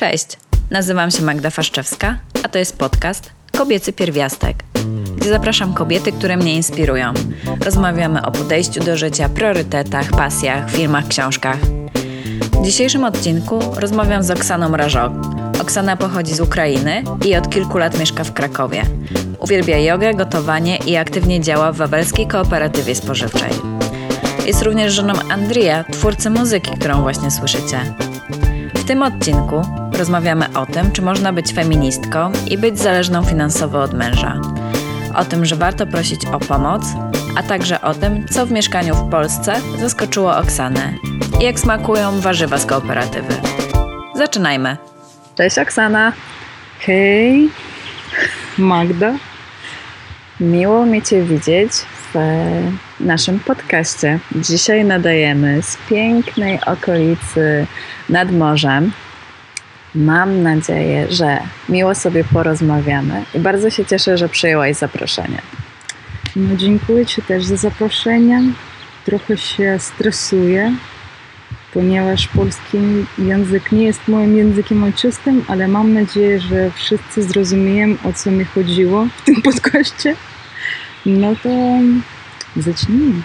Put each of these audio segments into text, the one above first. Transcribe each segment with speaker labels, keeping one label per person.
Speaker 1: Cześć, nazywam się Magda Faszczewska, a to jest podcast Kobiecy Pierwiastek, gdzie zapraszam kobiety, które mnie inspirują. Rozmawiamy o podejściu do życia, priorytetach, pasjach, filmach, książkach. W dzisiejszym odcinku rozmawiam z Oksaną Rażok. Oksana pochodzi z Ukrainy i od kilku lat mieszka w Krakowie. Uwielbia jogę, gotowanie i aktywnie działa w wawelskiej kooperatywie spożywczej. Jest również żoną Andrija, twórcy muzyki, którą właśnie słyszycie. W tym odcinku rozmawiamy o tym, czy można być feministką i być zależną finansowo od męża. O tym, że warto prosić o pomoc, a także o tym, co w mieszkaniu w Polsce zaskoczyło Oksanę i jak smakują warzywa z kooperatywy. Zaczynajmy! Cześć Oksana!
Speaker 2: Hej, Magda.
Speaker 1: Miło mi Cię widzieć w naszym podcaście. Dzisiaj nadajemy z pięknej okolicy nad morzem. Mam nadzieję, że miło sobie porozmawiamy i bardzo się cieszę, że przyjęłaś zaproszenie.
Speaker 2: No, dziękuję Ci też za zaproszenie. Trochę się stresuję, ponieważ polski język nie jest moim językiem ojczystym, ale mam nadzieję, że wszyscy zrozumieją, o co mi chodziło w tym podcaście. No to zacznijmy.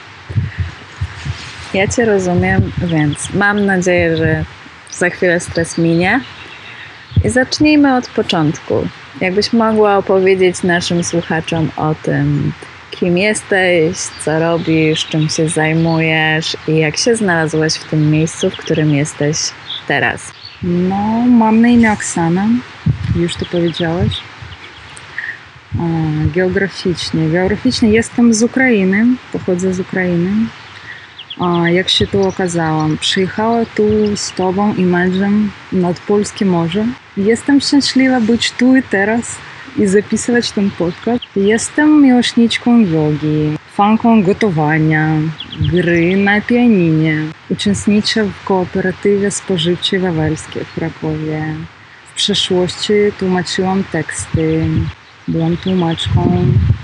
Speaker 1: Ja Cię rozumiem, więc mam nadzieję, że za chwilę stres minie. I zacznijmy od początku. Jakbyś mogła opowiedzieć naszym słuchaczom o tym, kim jesteś, co robisz, czym się zajmujesz i jak się znalazłaś w tym miejscu, w którym jesteś teraz.
Speaker 2: No, mam na imię Oksana, już to powiedziałaś. Geograficznie jestem z Ukrainy, pochodzę z Ukrainy. Jak się tu okazałam, przyjechała tu z Tobą i mężem nad polskie morze. Jestem szczęśliwa być tu i teraz i zapisywać ten podcast. Jestem miłośniczką jogi, fanką gotowania, gry na pianinie. Uczestniczę w kooperatywie spożywczej wawelskiej w Krakowie. W przeszłości tłumaczyłam teksty, byłam tłumaczką.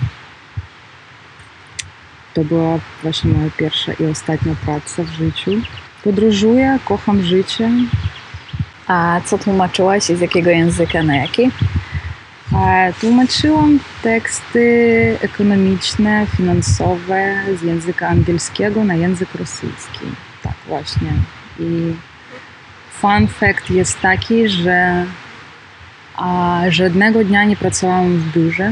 Speaker 2: To była właśnie moja pierwsza i ostatnia praca w życiu. Podróżuję, kocham życie.
Speaker 1: A co tłumaczyłaś i z jakiego języka na jaki?
Speaker 2: Tłumaczyłam teksty ekonomiczne, finansowe z języka angielskiego na język rosyjski. Tak właśnie. I fun fact jest taki, że żadnego dnia nie pracowałam w biurze.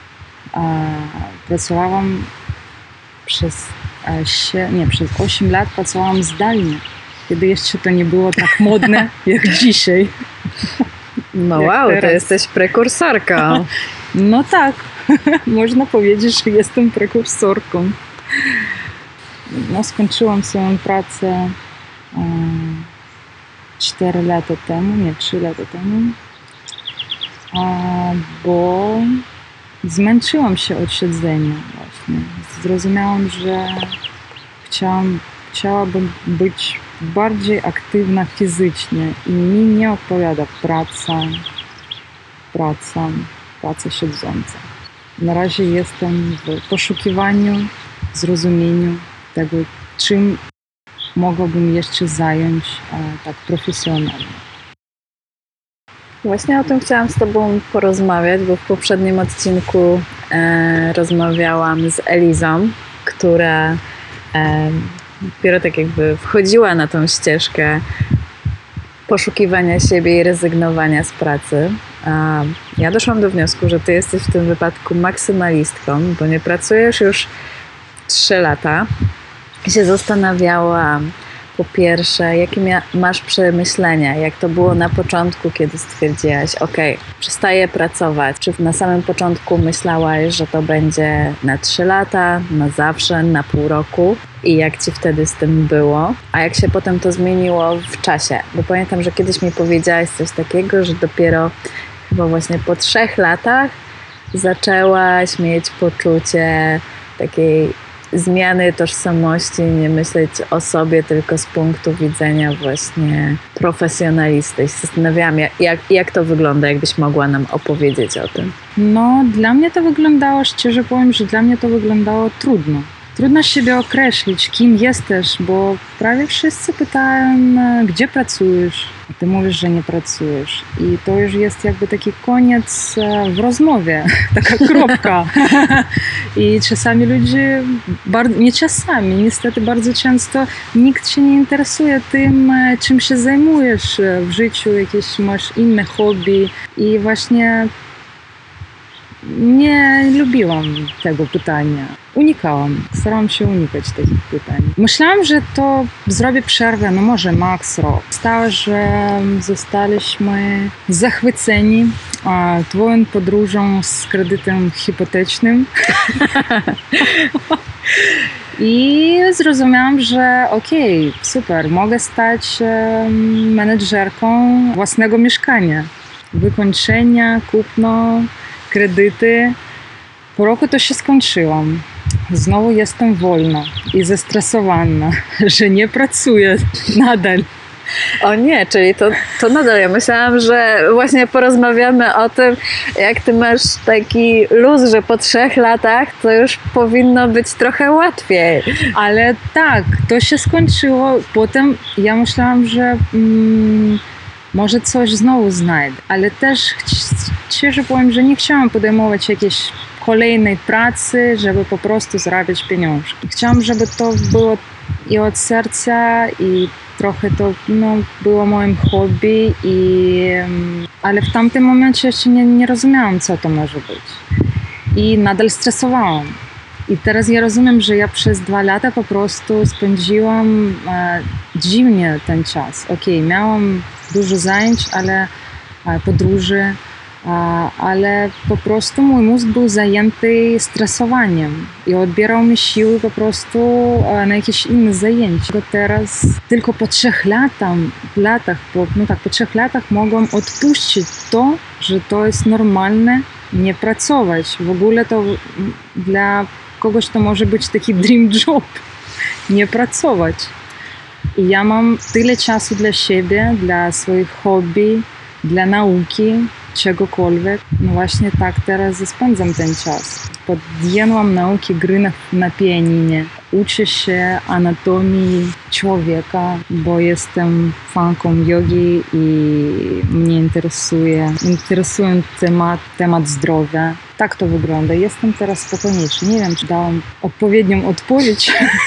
Speaker 2: Pracowałam przez 8 lat pracowałam zdalnie, kiedy jeszcze to nie było tak modne jak dzisiaj.
Speaker 1: No wow, to jesteś prekursorką.
Speaker 2: No tak, można powiedzieć, że jestem prekursorką. No, skończyłam swoją pracę 3 lata temu, bo zmęczyłam się od siedzenia właśnie. Zrozumiałam, że chciałabym być bardziej aktywna fizycznie i mi nie odpowiada praca siedząca. Na razie jestem w poszukiwaniu, zrozumieniu tego, czym mogłabym jeszcze zająć tak profesjonalnie.
Speaker 1: Właśnie o tym chciałam z Tobą porozmawiać, bo w poprzednim odcinku rozmawiałam z Elizą, która dopiero tak jakby wchodziła na tą ścieżkę poszukiwania siebie i rezygnowania z pracy. Ja doszłam do wniosku, że Ty jesteś w tym wypadku maksymalistką, bo nie pracujesz już 3 lata. I się zastanawiałam, po pierwsze, jakie masz przemyślenia, jak to było na początku, kiedy stwierdziłaś, przestaję pracować. Czy na samym początku myślałaś, że to będzie na 3 lata, na zawsze, na pół roku? I jak Ci wtedy z tym było? A jak się potem to zmieniło w czasie? Bo pamiętam, że kiedyś mi powiedziałaś coś takiego, że dopiero chyba właśnie po 3 latach zaczęłaś mieć poczucie takiej zmiany tożsamości, nie myśleć o sobie tylko z punktu widzenia właśnie profesjonalisty. I się zastanawiałam, jak to wygląda, jakbyś mogła nam opowiedzieć o tym.
Speaker 2: No, dla mnie to wyglądało, szczerze powiem, że dla mnie to wyglądało trudno. Trudno siebie określić, kim jesteś, bo prawie wszyscy pytają, gdzie pracujesz, a ty mówisz, że nie pracujesz. I to już jest jakby taki koniec w rozmowie, taka kropka. I czasami ludzie, nie czasami, niestety bardzo często nikt się nie interesuje tym, czym się zajmujesz w życiu, jakieś masz inne hobby. I właśnie nie lubiłam tego pytania. Unikałam. Starałam się unikać takich pytań. Myślałam, że to zrobię przerwę, no może max rok. Stało, że zostaliśmy zachwyceni twoją podróżą z kredytem hipotecznym. I zrozumiałam, że okej, super, mogę stać menedżerką własnego mieszkania. Wykończenia, kupno, kredyty. Po roku to się skończyło. Znowu jestem wolna i zestresowana, że nie pracuję nadal.
Speaker 1: O nie, czyli to nadal. Ja myślałam, że właśnie porozmawiamy o tym, jak ty masz taki luz, że po 3 latach to już powinno być trochę łatwiej.
Speaker 2: Ale tak, to się skończyło. Potem ja myślałam, że może coś znowu znajdę. Ale też szczerze powiem, że nie chciałam podejmować jakiejś kolejnej pracy, żeby po prostu zarabiać pieniążki. Chciałam, żeby to było i od serca, i trochę to było moim hobby, ale w tamtym momencie jeszcze nie rozumiałam, co to może być. I nadal stresowałam. I teraz ja rozumiem, że ja przez 2 lata po prostu spędziłam dziwnie ten czas. Okej, miałam dużo zajęć, ale podróży, ale po prostu mój mózg był zajęty stresowaniem i odbierał mi siły po prostu na jakieś inne zajęcia. Teraz tylko po 3 latach, po 3 latach mogłam odpuścić to, że to jest normalne nie pracować. W ogóle to dla kogoś to może być taki dream job, nie pracować. I ja mam tyle czasu dla siebie, dla swoich hobby, dla nauki, czegokolwiek. No właśnie tak teraz spędzam ten czas. Podjęłam nauki gry na pianinie. Uczę się anatomii człowieka, bo jestem fanką jogi i mnie interesuje temat zdrowia. Tak to wygląda. Jestem teraz spokojniejszy. Nie wiem, czy dałam odpowiednią odpowiedź.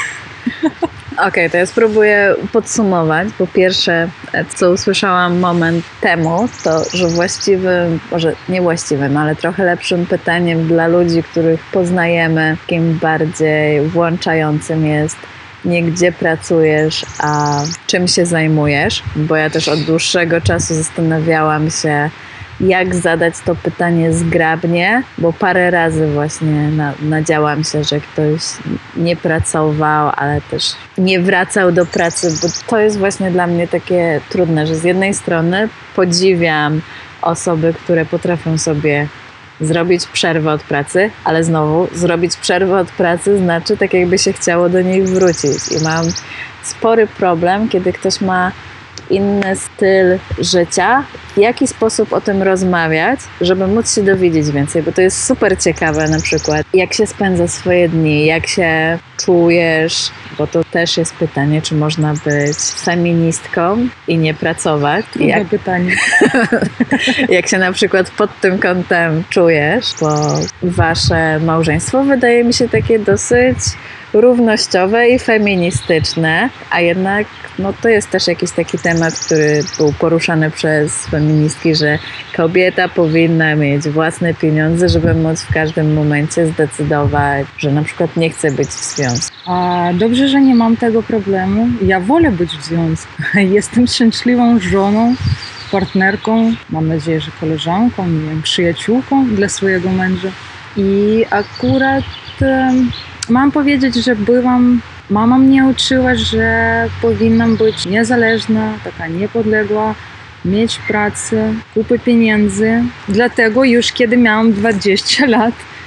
Speaker 1: Okej, to ja spróbuję podsumować. Po pierwsze, co usłyszałam moment temu, to że właściwym, może nie właściwym, ale trochę lepszym pytaniem dla ludzi, których poznajemy, takim bardziej włączającym jest nie gdzie pracujesz, a czym się zajmujesz, bo ja też od dłuższego czasu zastanawiałam się, jak zadać to pytanie zgrabnie, bo parę razy właśnie nadziałam się, że ktoś nie pracował, ale też nie wracał do pracy, bo to jest właśnie dla mnie takie trudne, że z jednej strony podziwiam osoby, które potrafią sobie zrobić przerwę od pracy, ale znowu zrobić przerwę od pracy znaczy tak jakby się chciało do niej wrócić i mam spory problem, kiedy ktoś ma inny styl życia, w jaki sposób o tym rozmawiać, żeby móc się dowiedzieć więcej, bo to jest super ciekawe na przykład, jak się spędza swoje dni, jak się czujesz, bo to też jest pytanie, czy można być feministką i nie pracować.
Speaker 2: Trudne pytanie.
Speaker 1: Jak się na przykład pod tym kątem czujesz, bo wasze małżeństwo wydaje mi się takie dosyć równościowe i feministyczne, a jednak to jest też jakiś taki temat, który był poruszany przez feministki, że kobieta powinna mieć własne pieniądze, żeby móc w każdym momencie zdecydować, że na przykład nie chce być w związku.
Speaker 2: Dobrze, że nie mam tego problemu. Ja wolę być w związku. Jestem szczęśliwą żoną, partnerką, mam nadzieję, że koleżanką, nie wiem, przyjaciółką dla swojego męża. I akurat mam powiedzieć, że mama mnie uczyła, że powinnam być niezależna, taka niepodległa, mieć pracę, kupę pieniędzy. Dlatego już kiedy miałam 20 lat,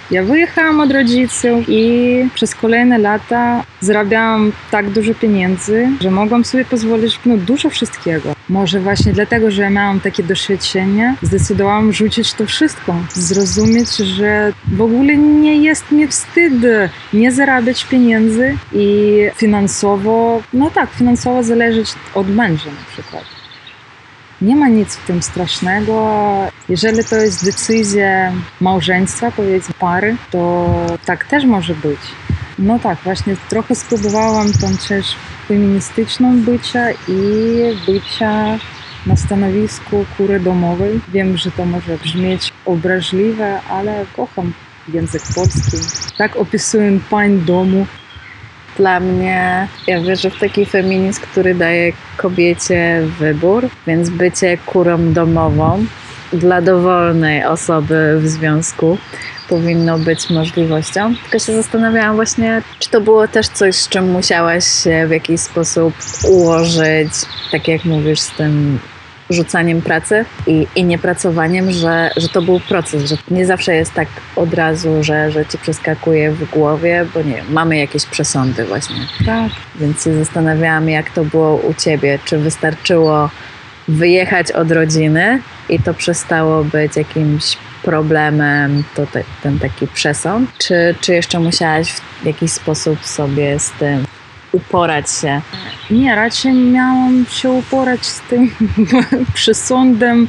Speaker 2: Ja wyjechałam od rodziców i przez kolejne lata zarabiałam tak dużo pieniędzy, że mogłam sobie pozwolić dużo wszystkiego. Może właśnie dlatego, że ja miałam takie doświadczenie, zdecydowałam rzucić to wszystko. Zrozumieć, że w ogóle nie jest mi wstyd nie zarabiać pieniędzy i finansowo zależeć od męża na przykład. Nie ma nic w tym strasznego. Jeżeli to jest decyzja małżeństwa, powiedzmy pary, to tak też może być. No tak, właśnie trochę spróbowałam tą część feministyczną bycia i bycia na stanowisku kury domowej. Wiem, że to może brzmieć obraźliwe, ale kocham język polski. Tak opisuję pań domu.
Speaker 1: Dla mnie, ja wierzę w taki feminizm, który daje kobiecie wybór, więc bycie kurą domową dla dowolnej osoby w związku powinno być możliwością. Tylko się zastanawiałam właśnie, czy to było też coś, z czym musiałaś się w jakiś sposób ułożyć, tak jak mówisz, z tym rzucaniem pracy i niepracowaniem, że to był proces, że nie zawsze jest tak od razu, że ci przeskakuje w głowie, bo nie wiem, mamy jakieś przesądy właśnie.
Speaker 2: Tak.
Speaker 1: Więc się zastanawiałam, jak to było u ciebie. Czy wystarczyło wyjechać od rodziny i to przestało być jakimś problemem, ten taki przesąd? Czy jeszcze musiałaś w jakiś sposób sobie z tym uporać się?
Speaker 2: Nie, raczej miałam się uporać z tym przesądem,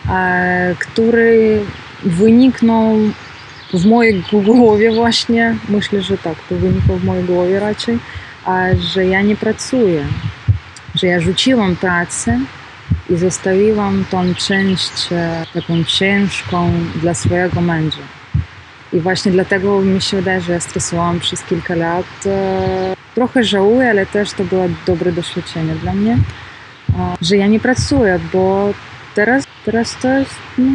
Speaker 2: który wyniknął w mojej głowie właśnie. Myślę, że tak, to wynikło w mojej głowie raczej, że ja nie pracuję, że ja rzuciłam pracę i zostawiłam tą część taką ciężką dla swojego męża. I właśnie dlatego mi się wydaje, że ja stresowałam przez kilka lat. Trochę żałuję, ale też to było dobre doświadczenie dla mnie, że ja nie pracuję, bo teraz to jest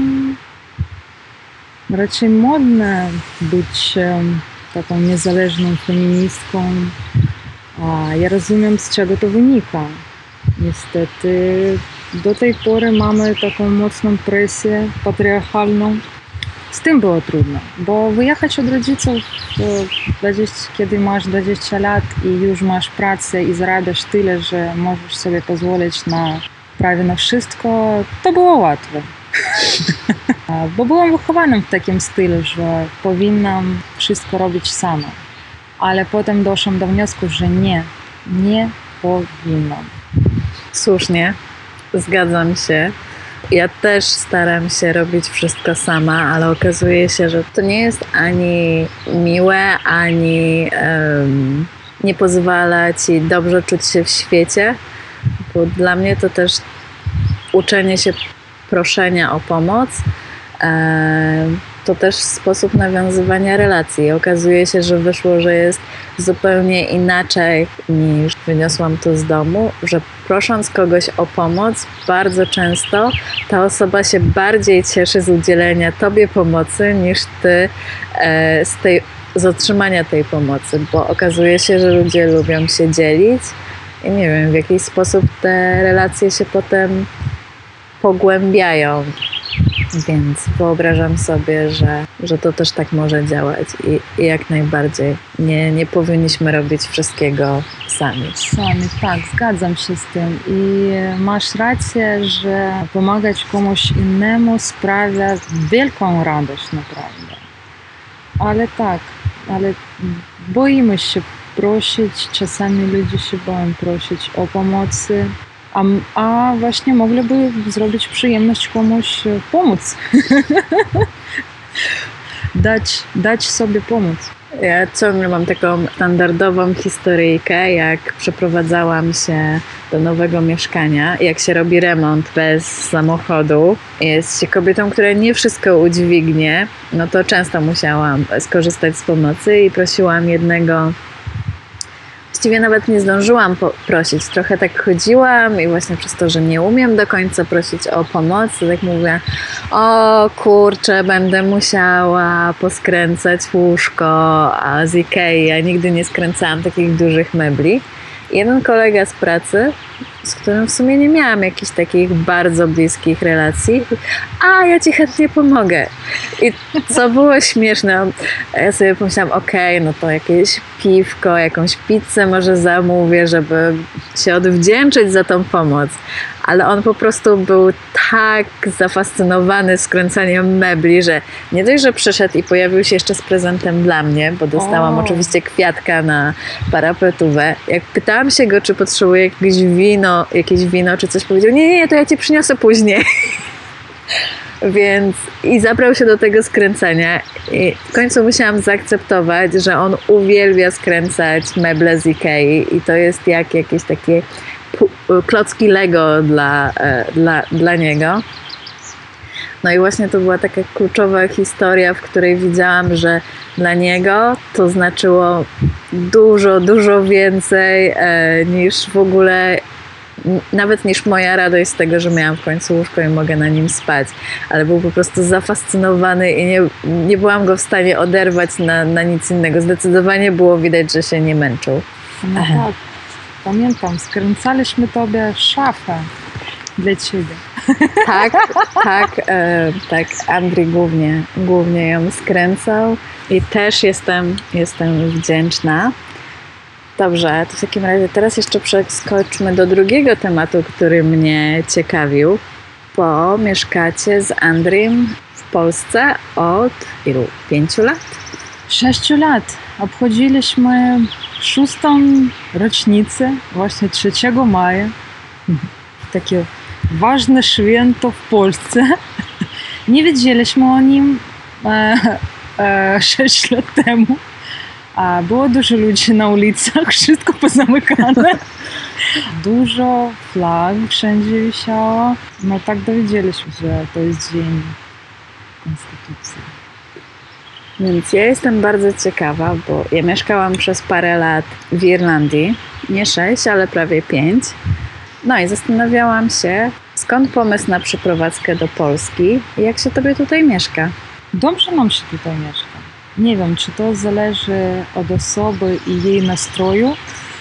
Speaker 2: raczej modne być taką niezależną feministką. Ja rozumiem, z czego to wynika. Niestety do tej pory mamy taką mocną presję patriarchalną. Z tym było trudno, bo wyjechać od rodziców, kiedy masz 20 lat i już masz pracę i zarabiasz tyle, że możesz sobie pozwolić prawie na wszystko, to było łatwe. Bo byłam wychowana w takim stylu, że powinnam wszystko robić sama. Ale potem doszłam do wniosku, że nie powinnam.
Speaker 1: Słusznie, zgadzam się. Ja też staram się robić wszystko sama, ale okazuje się, że to nie jest ani miłe, ani nie pozwala ci dobrze czuć się w świecie, bo dla mnie to też uczenie się proszenia o pomoc, to też sposób nawiązywania relacji. Okazuje się, że wyszło, że jest zupełnie inaczej niż wyniosłam to z domu, że prosząc kogoś o pomoc, bardzo często ta osoba się bardziej cieszy z udzielenia tobie pomocy niż ty z otrzymania tej pomocy, bo okazuje się, że ludzie lubią się dzielić i nie wiem, w jakiś sposób te relacje się potem pogłębiają. Więc wyobrażam sobie, że to też tak może działać i jak najbardziej nie powinniśmy robić wszystkiego sami.
Speaker 2: Tak, zgadzam się z tym i masz rację, że pomagać komuś innemu sprawia wielką radość naprawdę. Ale boimy się prosić, czasami ludzie się boją prosić o pomocy. A właśnie mogliby zrobić przyjemność komuś pomóc. dać sobie pomóc.
Speaker 1: Ja ciągle mam taką standardową historyjkę, jak przeprowadzałam się do nowego mieszkania, jak się robi remont bez samochodu. Jest się kobietą, która nie wszystko udźwignie, no to często musiałam skorzystać z pomocy i prosiłam jednego. Właściwie nawet nie zdążyłam prosić. Trochę tak chodziłam i właśnie przez to, że nie umiem do końca prosić o pomoc, to tak mówię, o kurczę, będę musiała poskręcać łóżko z Ikei. Ja nigdy nie skręcałam takich dużych mebli. Jeden kolega z pracy, z którym w sumie nie miałam jakichś takich bardzo bliskich relacji, a ja ci chętnie pomogę. I co było śmieszne, ja sobie pomyślałam, okej, no to jakieś piwko, jakąś pizzę może zamówię, żeby się odwdzięczyć za tą pomoc. Ale on po prostu był tak zafascynowany skręcaniem mebli, że nie dość, że przyszedł i pojawił się jeszcze z prezentem dla mnie, bo dostałam oczywiście kwiatka na parapetówę. Jak pytałam się go, czy potrzebuje jakieś wino, czy coś, powiedział, nie, to ja ci przyniosę później. Więc i zabrał się do tego skręcania i w końcu musiałam zaakceptować, że on uwielbia skręcać meble z Ikei i to jest jak jakieś takie klocki Lego dla niego. No i właśnie to była taka kluczowa historia, w której widziałam, że dla niego to znaczyło dużo więcej niż w ogóle, nawet niż moja radość z tego, że miałam w końcu łóżko i mogę na nim spać. Ale był po prostu zafascynowany i nie byłam go w stanie oderwać na nic innego. Zdecydowanie było widać, że się nie męczył.
Speaker 2: No tak, pamiętam, skręcaliśmy tobie szafę dla ciebie.
Speaker 1: Tak, Andrzej głównie ją skręcał i też jestem wdzięczna. Dobrze, to w takim razie teraz jeszcze przeskoczmy do drugiego tematu, który mnie ciekawił, bo mieszkacie z Andriem w Polsce od ilu? 5 lat?
Speaker 2: 6 lat. Obchodziliśmy 6. rocznicę, właśnie 3 maja. Takie ważne święto w Polsce. Nie wiedzieliśmy o nim 6 lat temu. A było dużo ludzi na ulicach, wszystko pozamykane. Dużo flag wszędzie wisiało. No tak dowiedzieliśmy, że to jest dzień Konstytucji.
Speaker 1: Więc ja jestem bardzo ciekawa, bo ja mieszkałam przez parę lat w Irlandii. Nie 6, ale prawie 5. No i zastanawiałam się, skąd pomysł na przeprowadzkę do Polski i jak się tobie tutaj mieszka?
Speaker 2: Dobrze nam się tutaj mieszka. Nie wiem, czy to zależy od osoby i jej nastroju,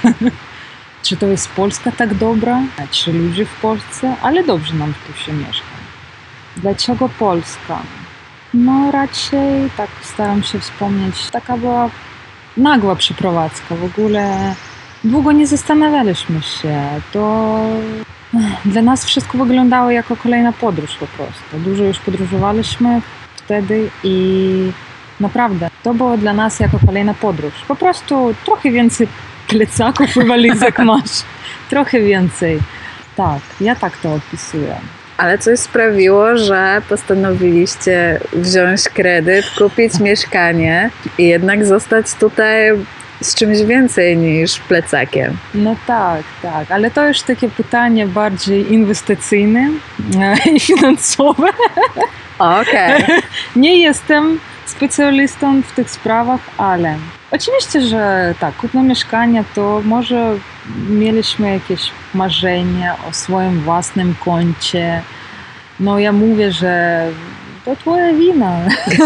Speaker 2: czy to jest Polska tak dobra, czy ludzie w Polsce, ale dobrze nam tu się mieszka. Dlaczego Polska? No raczej, tak staram się wspomnieć, taka była nagła przeprowadzka. W ogóle długo nie zastanawialiśmy się. To dla nas wszystko wyglądało jako kolejna podróż po prostu. Dużo już podróżowaliśmy wtedy i naprawdę, to było dla nas jako kolejna podróż. Po prostu trochę więcej plecaków i walizek masz. Trochę więcej. Tak, ja tak to opisuję.
Speaker 1: Ale coś sprawiło, że postanowiliście wziąć kredyt, kupić mieszkanie i jednak zostać tutaj z czymś więcej niż plecakiem.
Speaker 2: No tak, ale to już takie pytanie bardziej inwestycyjne i finansowe.
Speaker 1: Okej.
Speaker 2: Nie jestem specjalistą w tych sprawach, ale oczywiście, że tak, kupno mieszkania to może mieliśmy jakieś marzenia o swoim własnym koncie. No ja mówię, że to twoja wina.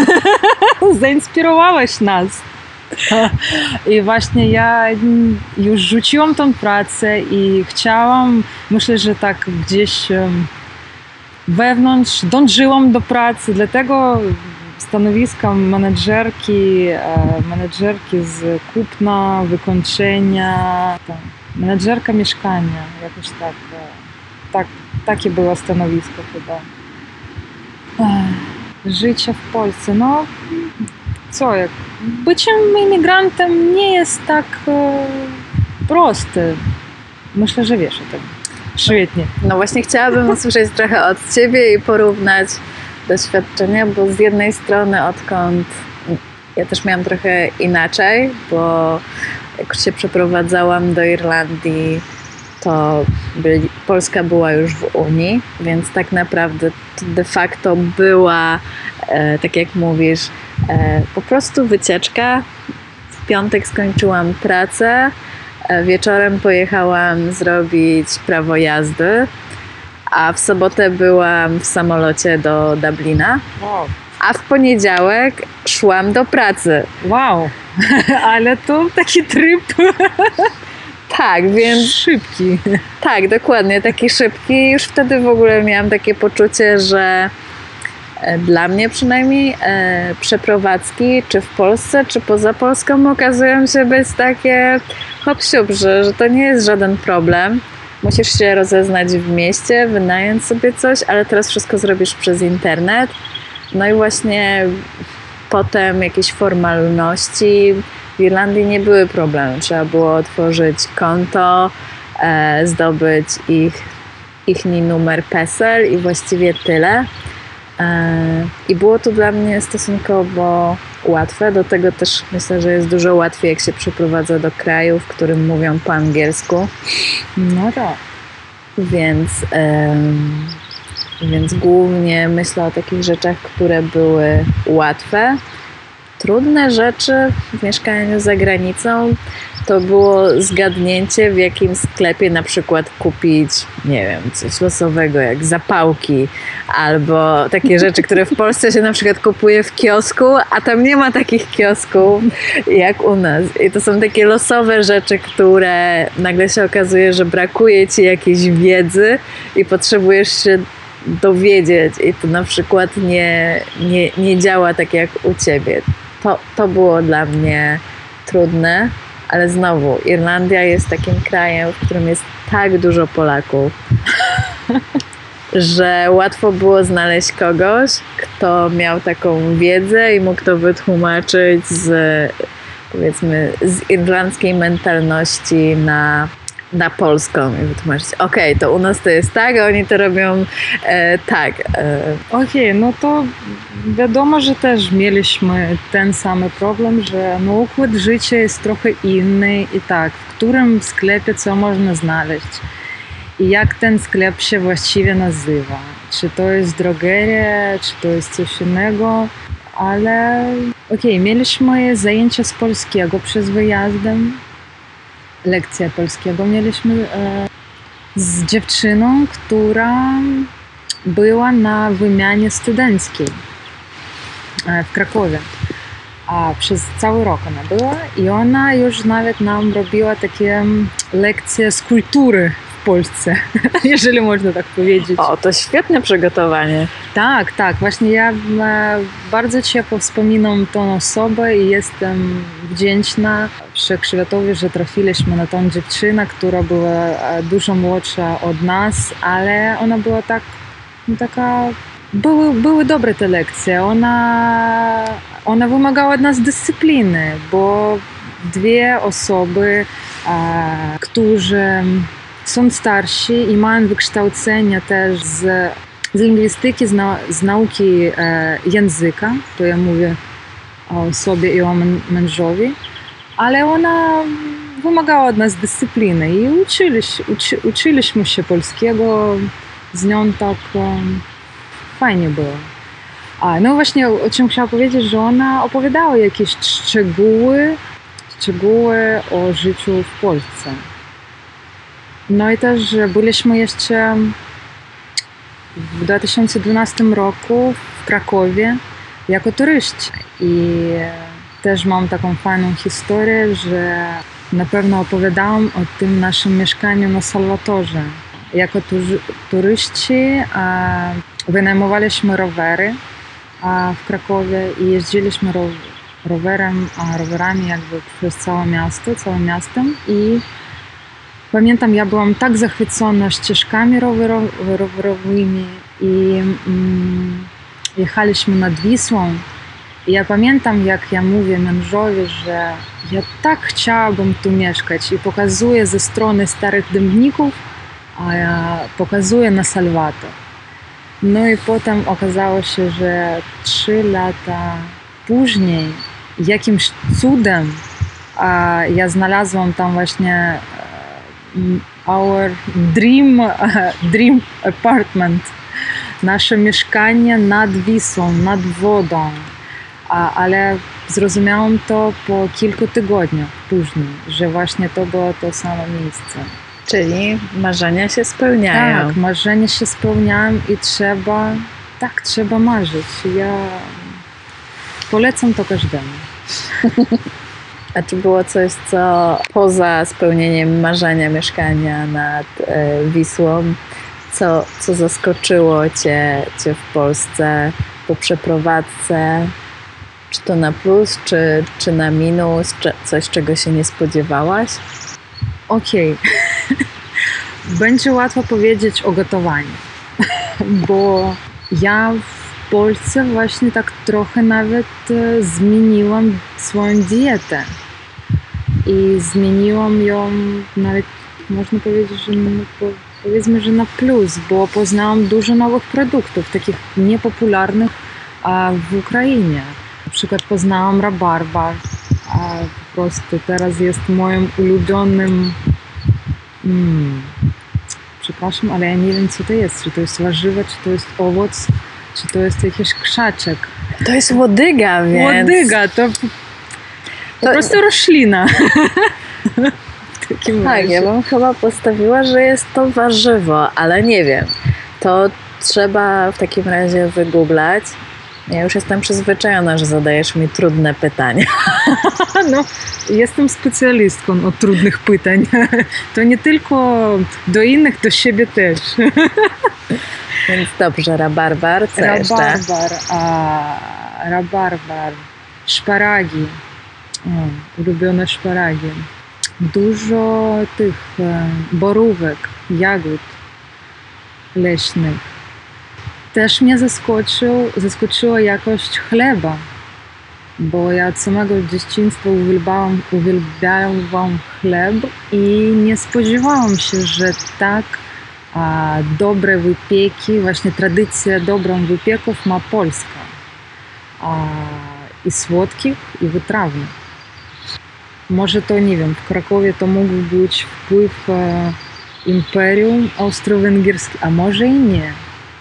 Speaker 2: Zainspirowałeś nas. I właśnie ja już rzuciłam tą pracę i chciałam, myślę, że tak gdzieś wewnątrz dążyłam do pracy, dlatego stanowiska menedżerki z kupna, wykończenia, menedżerka mieszkania, jakoś tak, takie było stanowisko chyba. Życie w Polsce, no co, jak byciem imigrantem nie jest tak proste. Myślę, że wiesz o tym. Świetnie.
Speaker 1: No właśnie chciałabym usłyszeć trochę od ciebie i porównać doświadczenia, bo z jednej strony odkąd ja też miałam trochę inaczej, bo jak się przeprowadzałam do Irlandii, to Polska była już w Unii, więc tak naprawdę to de facto była, tak jak mówisz, po prostu wycieczka. W piątek skończyłam pracę, wieczorem pojechałam zrobić prawo jazdy, a w sobotę byłam w samolocie do Dublina, a w poniedziałek szłam do pracy.
Speaker 2: Wow, ale to taki tryb.
Speaker 1: Tak, więc
Speaker 2: Szybki.
Speaker 1: tak, dokładnie, taki szybki. Już wtedy w ogóle miałam takie poczucie, że dla mnie przynajmniej przeprowadzki, czy w Polsce, czy poza Polską, okazują się być takie hop-siup, że to nie jest żaden problem. Musisz się rozeznać w mieście, wynająć sobie coś, ale teraz wszystko zrobisz przez internet. No i właśnie potem jakieś formalności. W Irlandii nie były problemy. Trzeba było otworzyć konto, zdobyć ich numer PESEL i właściwie tyle. I było to dla mnie stosunkowo łatwe. Do tego też myślę, że jest dużo łatwiej, jak się przeprowadza do kraju, w którym mówią po angielsku.
Speaker 2: No tak.
Speaker 1: Więc głównie myślę o takich rzeczach, które były łatwe. Trudne rzeczy w mieszkaniu za granicą to było zgadnięcie, w jakim sklepie na przykład kupić, nie wiem, coś losowego jak zapałki albo takie rzeczy, które w Polsce się na przykład kupuje w kiosku, a tam nie ma takich kiosków jak u nas. I to są takie losowe rzeczy, które nagle się okazuje, że brakuje ci jakiejś wiedzy i potrzebujesz się dowiedzieć i to na przykład nie działa tak jak u ciebie. To było dla mnie trudne, ale znowu Irlandia jest takim krajem, w którym jest tak dużo Polaków, że łatwo było znaleźć kogoś, kto miał taką wiedzę i mógł to wytłumaczyć powiedzmy z irlandzkiej mentalności na polską i wytłumaczyć, okej, to u nas to jest tak, a oni to robią tak.
Speaker 2: Okej, no to wiadomo, że też mieliśmy ten sam problem, że no, układ życia jest trochę inny i tak, w którym sklepie co można znaleźć i jak ten sklep się właściwie nazywa. Czy to jest drogeria, czy to jest coś innego, ale okej, mieliśmy zajęcia z polskiego przez wyjazdem. Lekcję polskiego mieliśmy z dziewczyną, która była na wymianie studenckiej w Krakowie. A przez cały rok ona była i ona już nawet nam robiła takie lekcje z kultury w Polsce, jeżeli można tak powiedzieć.
Speaker 1: O, to świetne przygotowanie.
Speaker 2: Tak, tak. Właśnie ja bardzo ciepło wspominam tą osobę i jestem wdzięczna Wszechświatowi, że trafiliśmy na tą dziewczynę, która była dużo młodsza od nas, ale ona była taka... Były dobre te lekcje. Ona wymagała od nas dyscypliny, bo dwie osoby, którzy są starsi i mają wykształcenie też z lingwistyki, z nauki języka, to ja mówię o sobie i o mężowi, ale ona wymagała od nas dyscypliny i uczyliśmy się polskiego, z nią tak fajnie było. No właśnie, o czym chciałam powiedzieć, że ona opowiadała jakieś szczegóły o życiu w Polsce. No i też byliśmy jeszcze w 2012 roku w Krakowie jako turyści. I też mam taką fajną historię, że na pewno opowiadałam o tym naszym mieszkaniu na Salwatorze. Jako turyści wynajmowaliśmy rowery w Krakowie i jeździliśmy rowerami jakby przez całym miastem i pamiętam, ja byłam tak zachwycona ścieżkami rowerowymi i jechaliśmy nad Wisłą. I ja pamiętam, jak ja mówię mężowi, że ja tak chciałabym tu mieszkać i pokazuję ze strony starych dębników, a ja pokazuję na Salwator. No i potem okazało się, że 3 lata później jakimś cudem ja znalazłam tam właśnie our dream apartment, nasze mieszkanie nad Wisłą, nad wodą, ale zrozumiałam to po kilku tygodniach później, że właśnie to było to samo miejsce.
Speaker 1: Czyli marzenia się spełniają.
Speaker 2: Tak, marzenia się spełniają i trzeba marzyć. Ja polecam to każdemu.
Speaker 1: A czy było coś, co poza spełnieniem marzenia mieszkania nad Wisłą, co zaskoczyło Cię w Polsce po przeprowadzce? Czy to na plus, czy na minus? Czy coś, czego się nie spodziewałaś?
Speaker 2: Okej. Będzie łatwo powiedzieć o gotowaniu, bo ja w Polsce właśnie tak trochę nawet zmieniłam swoją dietę i zmieniłam ją nawet, można powiedzieć, że powiedzmy, że na plus, bo poznałam dużo nowych produktów, takich niepopularnych w Ukrainie. Na przykład poznałam rabarbar, a po prostu teraz jest moim ulubionym przepraszam, ale ja nie wiem, co to jest. Czy to jest warzywo, czy to jest owoc, czy to jest jakiś krzaczek.
Speaker 1: To jest łodyga, więc...
Speaker 2: Łodyga, to po prostu roślina. W takim
Speaker 1: Tak,
Speaker 2: razie.
Speaker 1: ja bym chyba postawiła, że jest to warzywo, ale nie wiem. To trzeba w takim razie wygooglać. Ja już jestem przyzwyczajona, że zadajesz mi trudne pytania.
Speaker 2: No, jestem specjalistką od trudnych pytań. To nie tylko do innych, do siebie też.
Speaker 1: Więc dobrze, rabarbar, co jeszcze?
Speaker 2: Rabarbar, szparagi, ulubione szparagi. Dużo tych borówek, jagód leśnych. Też mnie zaskoczyła jakość chleba, bo ja od samego dzieciństwa uwielbiałam chleb i nie spodziewałam się, że tak dobre wypieki, właśnie tradycja dobrą wypieków ma Polska. I słodkich, i wytrawnych. Może to, nie wiem, w Krakowie to mógł być wpływ Imperium Austro-Węgierskie, a może i nie.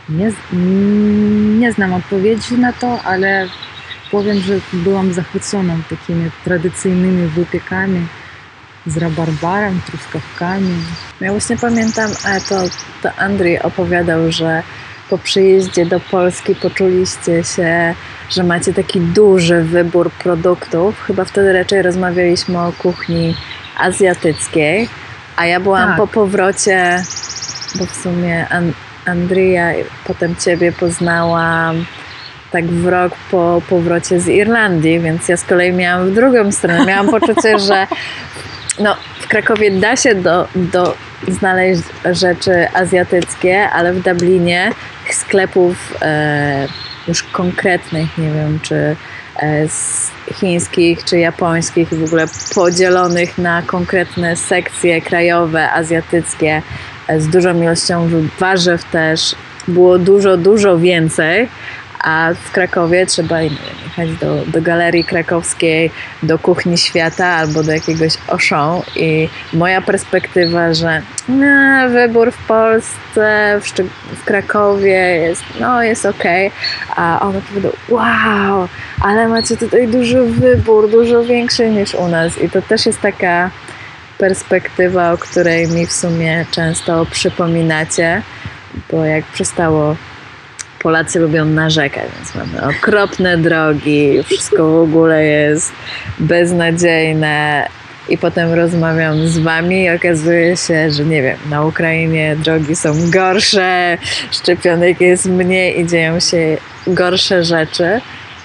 Speaker 2: Nie znam odpowiedzi na to, ale powiem, że byłam zachwycona takimi tradycyjnymi wypiekami z rabarbarem, truskawkami.
Speaker 1: Ja właśnie pamiętam, to Andrzej opowiadał, że po przyjeździe do Polski poczuliście się, że macie taki duży wybór produktów. Chyba wtedy raczej rozmawialiśmy o kuchni azjatyckiej, a ja byłam po powrocie, bo w sumie Andrija, potem Ciebie poznałam tak w rok po powrocie z Irlandii, więc ja z kolei miałam w drugą stronę. Miałam poczucie, że w Krakowie da się znaleźć rzeczy azjatyckie, ale w Dublinie sklepów już konkretnych, nie wiem, czy chińskich, czy japońskich, w ogóle podzielonych na konkretne sekcje krajowe, azjatyckie, z dużą ilością warzyw też, było dużo więcej, a w Krakowie trzeba, nie wiem, jechać do Galerii Krakowskiej, do Kuchni Świata albo do jakiegoś Auchan i moja perspektywa, że wybór w Polsce, w Krakowie jest okej, a on powiedział, wow, ale macie tutaj duży wybór, dużo większy niż u nas i to też jest taka perspektywa, o której mi w sumie często przypominacie, bo jak przestało, Polacy lubią narzekać, więc mamy okropne drogi, wszystko w ogóle jest beznadziejne i potem rozmawiam z wami i okazuje się, że nie wiem, na Ukrainie drogi są gorsze, szczepionek jest mniej i dzieją się gorsze rzeczy.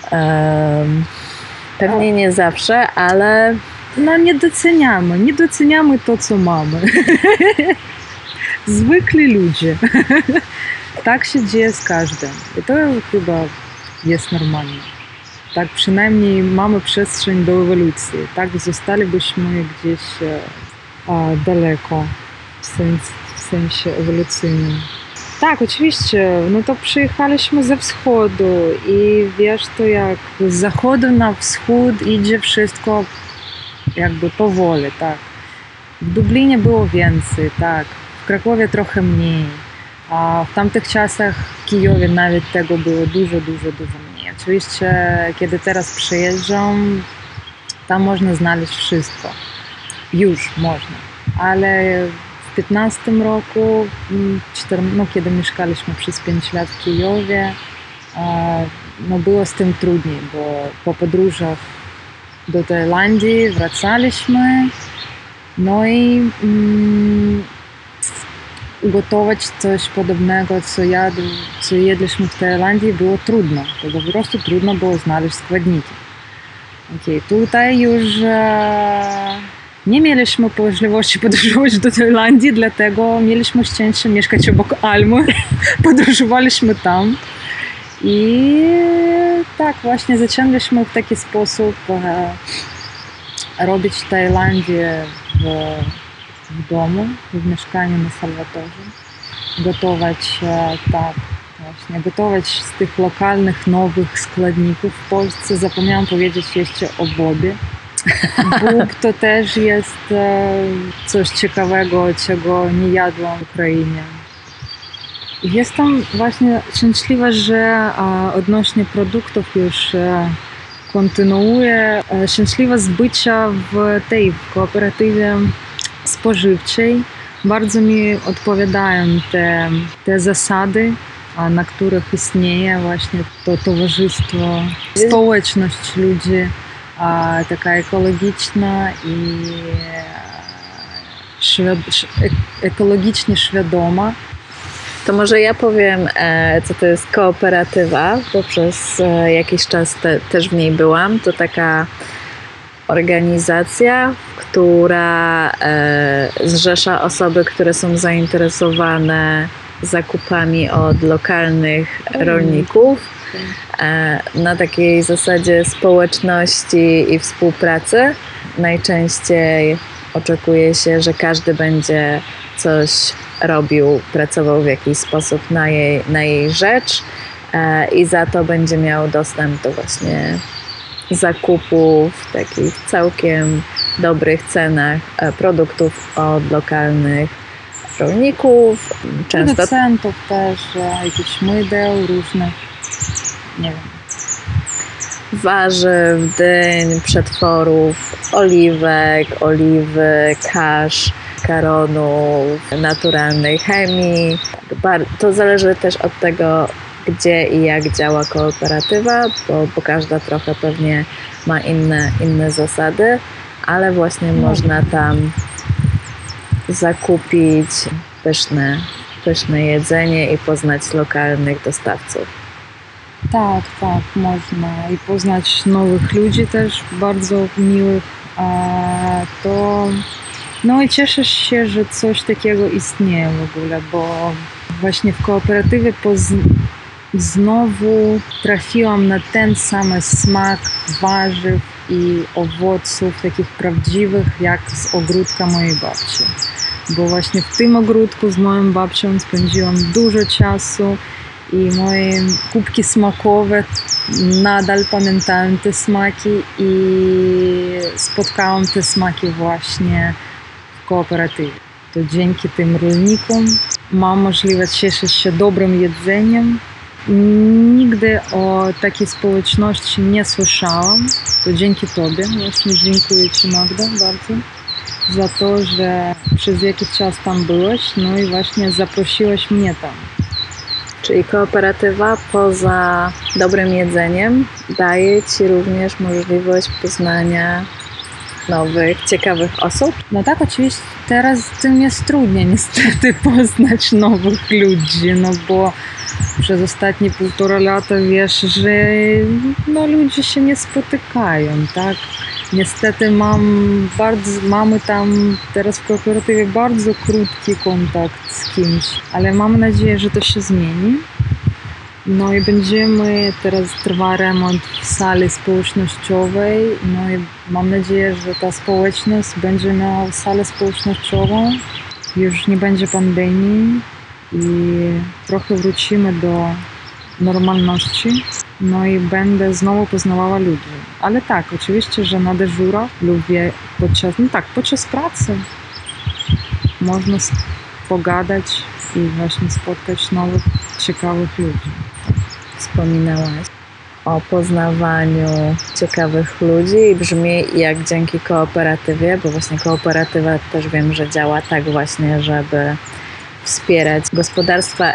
Speaker 1: Pewnie nie zawsze, ale...
Speaker 2: Nie doceniamy to, co mamy. Zwykli ludzie. Tak się dzieje z każdym. I to chyba jest normalne. Tak przynajmniej mamy przestrzeń do ewolucji. Tak zostalibyśmy gdzieś daleko w sensie ewolucyjnym. Tak, oczywiście. No to przyjechaliśmy ze wschodu i wiesz to jak z zachodu na wschód idzie wszystko jakby powoli, tak. W Dublinie było więcej, tak. W Krakowie trochę mniej. A w tamtych czasach w Kijowie nawet tego było dużo mniej. Oczywiście, kiedy teraz przyjeżdżam, tam można znaleźć wszystko. Już można. Ale w 15 roku, kiedy mieszkaliśmy przez 5 lat w Kijowie, było z tym trudniej, bo po podróżach do Tajlandii, wracaliśmy. No i gotować coś podobnego, co jedliśmy w Tajlandii, było trudno. To po prostu trudno było znaleźć składniki. Tutaj już nie mieliśmy możliwości podróżować do Tajlandii, dlatego mieliśmy szczęście mieszkać obok Almy. Podróżowaliśmy tam. I tak właśnie zaczęliśmy w taki sposób robić Tajlandię w domu, w mieszkaniu na Salwatorze. Gotować z tych lokalnych, nowych składników. W Polsce zapomniałam powiedzieć jeszcze o bobie. Bób to też jest coś ciekawego, czego nie jadłam w Ukrainie. Jestem właśnie szczęśliwa, że odnośnie produktów już kontynuuję. Szczęśliwa z bycia w kooperatywie spożywczej. Bardzo mi odpowiadają te zasady, na których istnieje właśnie to towarzystwo, społeczność ludzi, taka ekologiczna i ekologicznie świadoma.
Speaker 1: To może ja powiem, co to jest kooperatywa, bo przez jakiś czas też w niej byłam. To taka organizacja, która zrzesza osoby, które są zainteresowane zakupami od lokalnych rolników na takiej zasadzie społeczności i współpracy. Najczęściej oczekuje się, że każdy będzie coś robił, pracował w jakiś sposób na jej rzecz i za to będzie miał dostęp do właśnie zakupów w takich całkiem dobrych cenach produktów od lokalnych rolników.
Speaker 2: Często producentów też, jakichś mydeł różnych, nie wiem.
Speaker 1: Warzyw, dyń, przetworów, oliwy, kasz, makaronów, naturalnej chemii. To zależy też od tego, gdzie i jak działa kooperatywa, bo każda trochę pewnie ma inne zasady, ale właśnie można tam zakupić pyszne jedzenie i poznać lokalnych dostawców.
Speaker 2: Tak, można i poznać nowych ludzi też bardzo miłych. No i cieszę się, że coś takiego istnieje w ogóle, bo właśnie w kooperatywie znowu trafiłam na ten sam smak warzyw i owoców, takich prawdziwych, jak z ogródka mojej babci. Bo właśnie w tym ogródku z moją babcią spędziłam dużo czasu i moje kubki smakowe nadal pamiętają te smaki i spotkałam te smaki właśnie w kooperatywie. To dzięki tym rolnikom mam możliwość cieszyć się dobrym jedzeniem. Nigdy o takiej społeczności nie słyszałam. To dzięki Tobie. Właśnie dziękuję Ci, Magda, bardzo za to, że przez jakiś czas tam byłeś, no i właśnie zaprosiłaś mnie tam.
Speaker 1: Czyli kooperatywa poza dobrym jedzeniem daje Ci również możliwość poznania nowych, ciekawych osób?
Speaker 2: No tak, oczywiście teraz tym jest trudniej niestety poznać nowych ludzi, no bo przez ostatnie 1,5 lata wiesz, że ludzie się nie spotykają, tak? Niestety mamy tam teraz w kooperatywie bardzo krótki kontakt z kimś, ale mam nadzieję, że to się zmieni. No i teraz trwa remont w sali społecznościowej, no i mam nadzieję, że ta społeczność będzie miała salę społecznościową, już nie będzie pandemii i trochę wrócimy do normalności. No i będę znowu poznawała ludzi. Ale tak, oczywiście, że na dyżurach lubię podczas pracy można pogadać i właśnie spotkać nowych, ciekawych ludzi.
Speaker 1: Wspominałaś o poznawaniu ciekawych ludzi i brzmi jak dzięki kooperatywie, bo właśnie kooperatywa też wiem, że działa tak właśnie, żeby wspierać gospodarstwa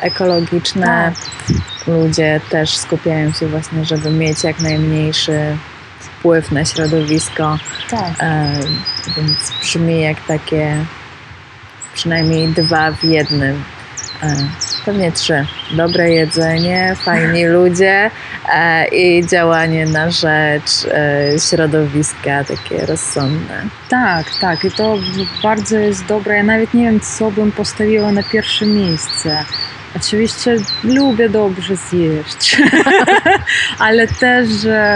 Speaker 1: ekologiczne. Ludzie też skupiają się właśnie, żeby mieć jak najmniejszy wpływ na środowisko,
Speaker 2: Tak.
Speaker 1: więc brzmi jak takie przynajmniej 2 w jednym. Pewnie 3. Dobre jedzenie, fajni ludzie i działanie na rzecz środowiska, takie rozsądne.
Speaker 2: Tak. I to bardzo jest dobre. Ja nawet nie wiem, co bym postawiła na pierwsze miejsce. Oczywiście lubię dobrze zjeść, ale też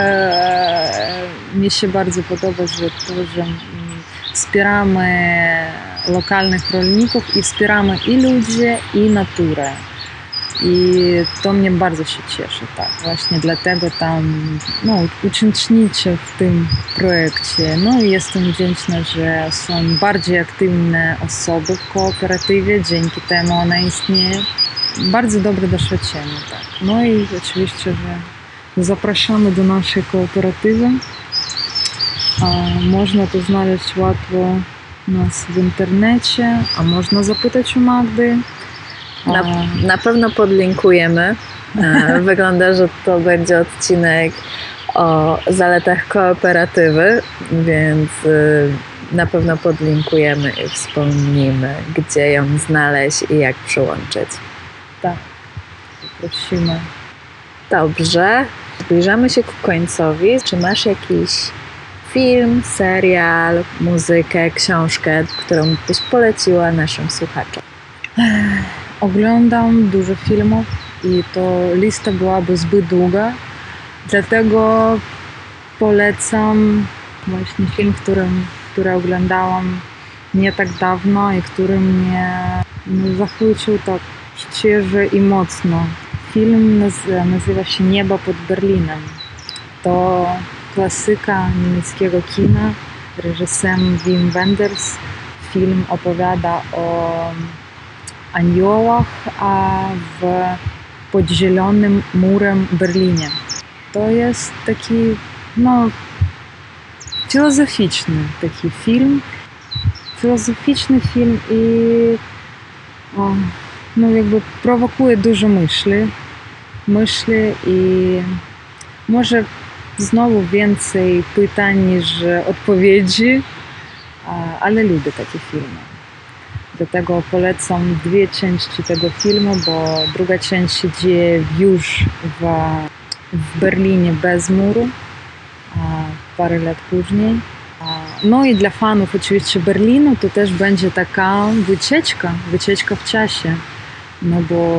Speaker 2: mi się bardzo podoba, że wspieramy lokalnych rolników i wspieramy i ludzi, i naturę. I to mnie bardzo się cieszy, tak. Właśnie dlatego tam uczestniczę w tym projekcie. No i jestem wdzięczna, że są bardziej aktywne osoby w kooperatywie, dzięki temu ona istnieje. Bardzo dobre doświadczenie, tak. No i oczywiście, że zapraszamy do naszej kooperatywy. Można to znaleźć łatwo nas w internecie, a można zapytać u Magdy.
Speaker 1: Na pewno podlinkujemy. Wygląda, że to będzie odcinek o zaletach kooperatywy, więc na pewno podlinkujemy i wspomnimy, gdzie ją znaleźć i jak przyłączyć.
Speaker 2: Tak, prosimy.
Speaker 1: Dobrze, zbliżamy się ku końcowi. Czy masz jakiś film, serial, muzykę, książkę, którą byś poleciła naszym słuchaczom?
Speaker 2: Oglądam dużo filmów i to lista byłaby zbyt długa, dlatego polecam właśnie film, który oglądałam nie tak dawno i który mnie zachwycił tak świeżo i mocno. Film nazywa się Niebo pod Berlinem. To klasyka niemieckiego kina, reżyserem Wim Wenders. Film opowiada o aniołach, pod zielonym murem Berlinie. To jest taki filozoficzny taki film. Filozoficzny film i jakby prowokuje dużo myśli i może znowu więcej pytań niż odpowiedzi, ale lubię takie filmy. Dlatego polecam 2 części tego filmu, bo druga część się dzieje już w Berlinie bez muru, parę lat później. No i dla fanów oczywiście Berlinu to też będzie taka wycieczka w czasie, no bo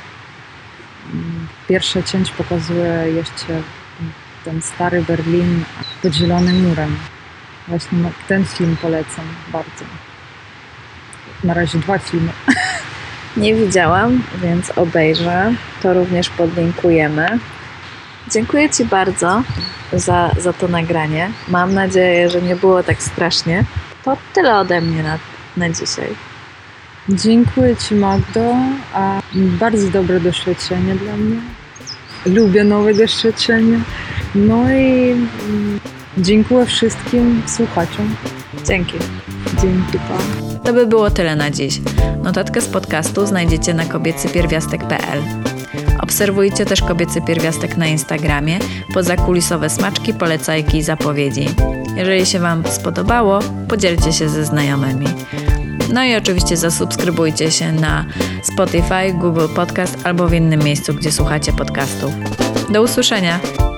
Speaker 2: pierwsza część pokazuje jeszcze ten stary Berlin pod zielonym murem. Właśnie ten film polecam bardzo. Na razie 2 filmy.
Speaker 1: Nie widziałam, więc obejrzę. To również podlinkujemy. Dziękuję Ci bardzo za to nagranie. Mam nadzieję, że nie było tak strasznie. To tyle ode mnie na dzisiaj.
Speaker 2: Dziękuję Ci, Magdo. Bardzo dobre doświadczenie dla mnie. Lubię nowe doświadczenia. No i dziękuję wszystkim słuchaczom.
Speaker 1: Dzięki.
Speaker 2: Dzięki, pa.
Speaker 1: To by było tyle na dziś. Notatkę z podcastu znajdziecie na kobiecypierwiastek.pl. Obserwujcie też Kobiecy Pierwiastek na Instagramie po zakulisowe smaczki, polecajki i zapowiedzi. Jeżeli się Wam spodobało, podzielcie się ze znajomymi. No i oczywiście zasubskrybujcie się na Spotify, Google Podcast albo w innym miejscu, gdzie słuchacie podcastów. Do usłyszenia!